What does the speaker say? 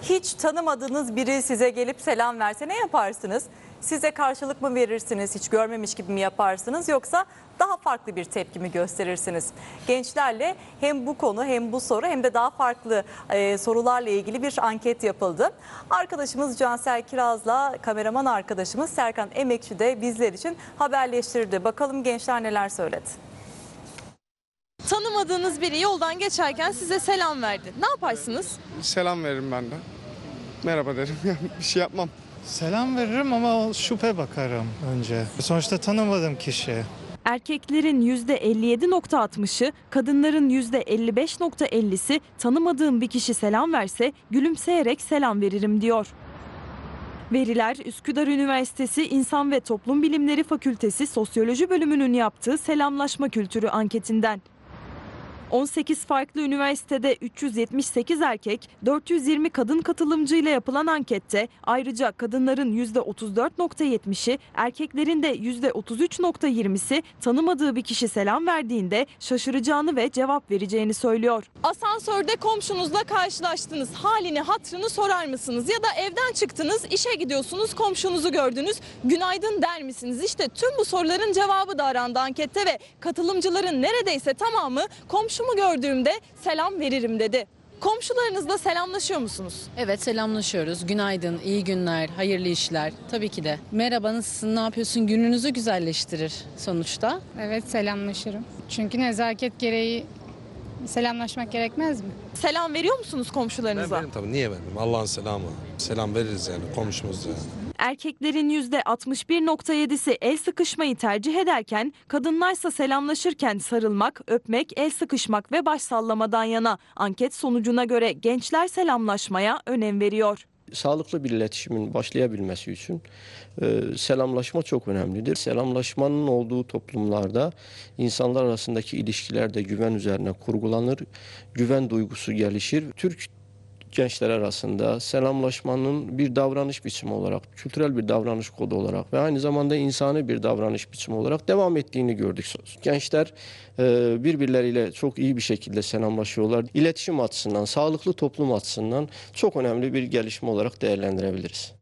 Hiç tanımadığınız biri size gelip selam verse ne yaparsınız? Size karşılık mı verirsiniz, hiç görmemiş gibi mi yaparsınız yoksa daha farklı bir tepki mi gösterirsiniz? Gençlerle hem bu konu hem bu soru hem de daha farklı sorularla ilgili bir anket yapıldı. Arkadaşımız Cansel Kiraz'la kameraman arkadaşımız Serkan Emekçi de bizler için haberleştirdi. Bakalım gençler neler söyledi? Tanımadığınız biri yoldan geçerken size selam verdi. Ne yaparsınız? Selam veririm ben de. Merhaba derim. Bir şey yapmam. Selam veririm ama şüphe bakarım önce. Sonuçta tanımadığım kişi. Erkeklerin %57.60'ı, kadınların %55.50'si tanımadığım bir kişi selam verse gülümseyerek selam veririm diyor. Veriler Üsküdar Üniversitesi İnsan ve Toplum Bilimleri Fakültesi Sosyoloji bölümünün yaptığı selamlaşma kültürü anketinden. 18 farklı üniversitede 378 erkek, 420 kadın katılımcıyla yapılan ankette ayrıca kadınların %34.70'i, erkeklerin de %33.20'si tanımadığı bir kişi selam verdiğinde şaşıracağını ve cevap vereceğini söylüyor. Asansörde komşunuzla karşılaştınız. Halini, hatırını sorar mısınız? Ya da evden çıktınız, işe gidiyorsunuz, komşunuzu gördünüz. Günaydın der misiniz? İşte tüm bu soruların cevabı da arandı ankette ve katılımcıların neredeyse tamamı komşumu gördüğümde selam veririm dedi. Komşularınızla selamlaşıyor musunuz? Evet, selamlaşıyoruz. Günaydın, iyi günler, hayırlı işler. Tabii ki de. Merhaba, nasılsın, ne yapıyorsun? Gününüzü güzelleştirir sonuçta. Evet, selamlaşırım. Çünkü nezaket gereği selamlaşmak gerekmez mi? Selam veriyor musunuz komşularınıza? Ben veririm tabii, niye vermem? Allah'ın selamı. Selam veririz yani komşumuza. Erkeklerin %61.7'si el sıkışmayı tercih ederken kadınlarsa selamlaşırken sarılmak, öpmek, el sıkışmak ve baş sallamadan yana. Anket sonucuna göre gençler selamlaşmaya önem veriyor. Sağlıklı bir iletişimin başlayabilmesi için selamlaşma çok önemlidir. Selamlaşmanın olduğu toplumlarda insanlar arasındaki ilişkiler de güven üzerine kurgulanır, güven duygusu gelişir. Türk gençler arasında selamlaşmanın bir davranış biçimi olarak, kültürel bir davranış kodu olarak ve aynı zamanda insani bir davranış biçimi olarak devam ettiğini gördük. Gençler birbirleriyle çok iyi bir şekilde selamlaşıyorlar. İletişim açısından, sağlıklı toplum açısından çok önemli bir gelişme olarak değerlendirebiliriz.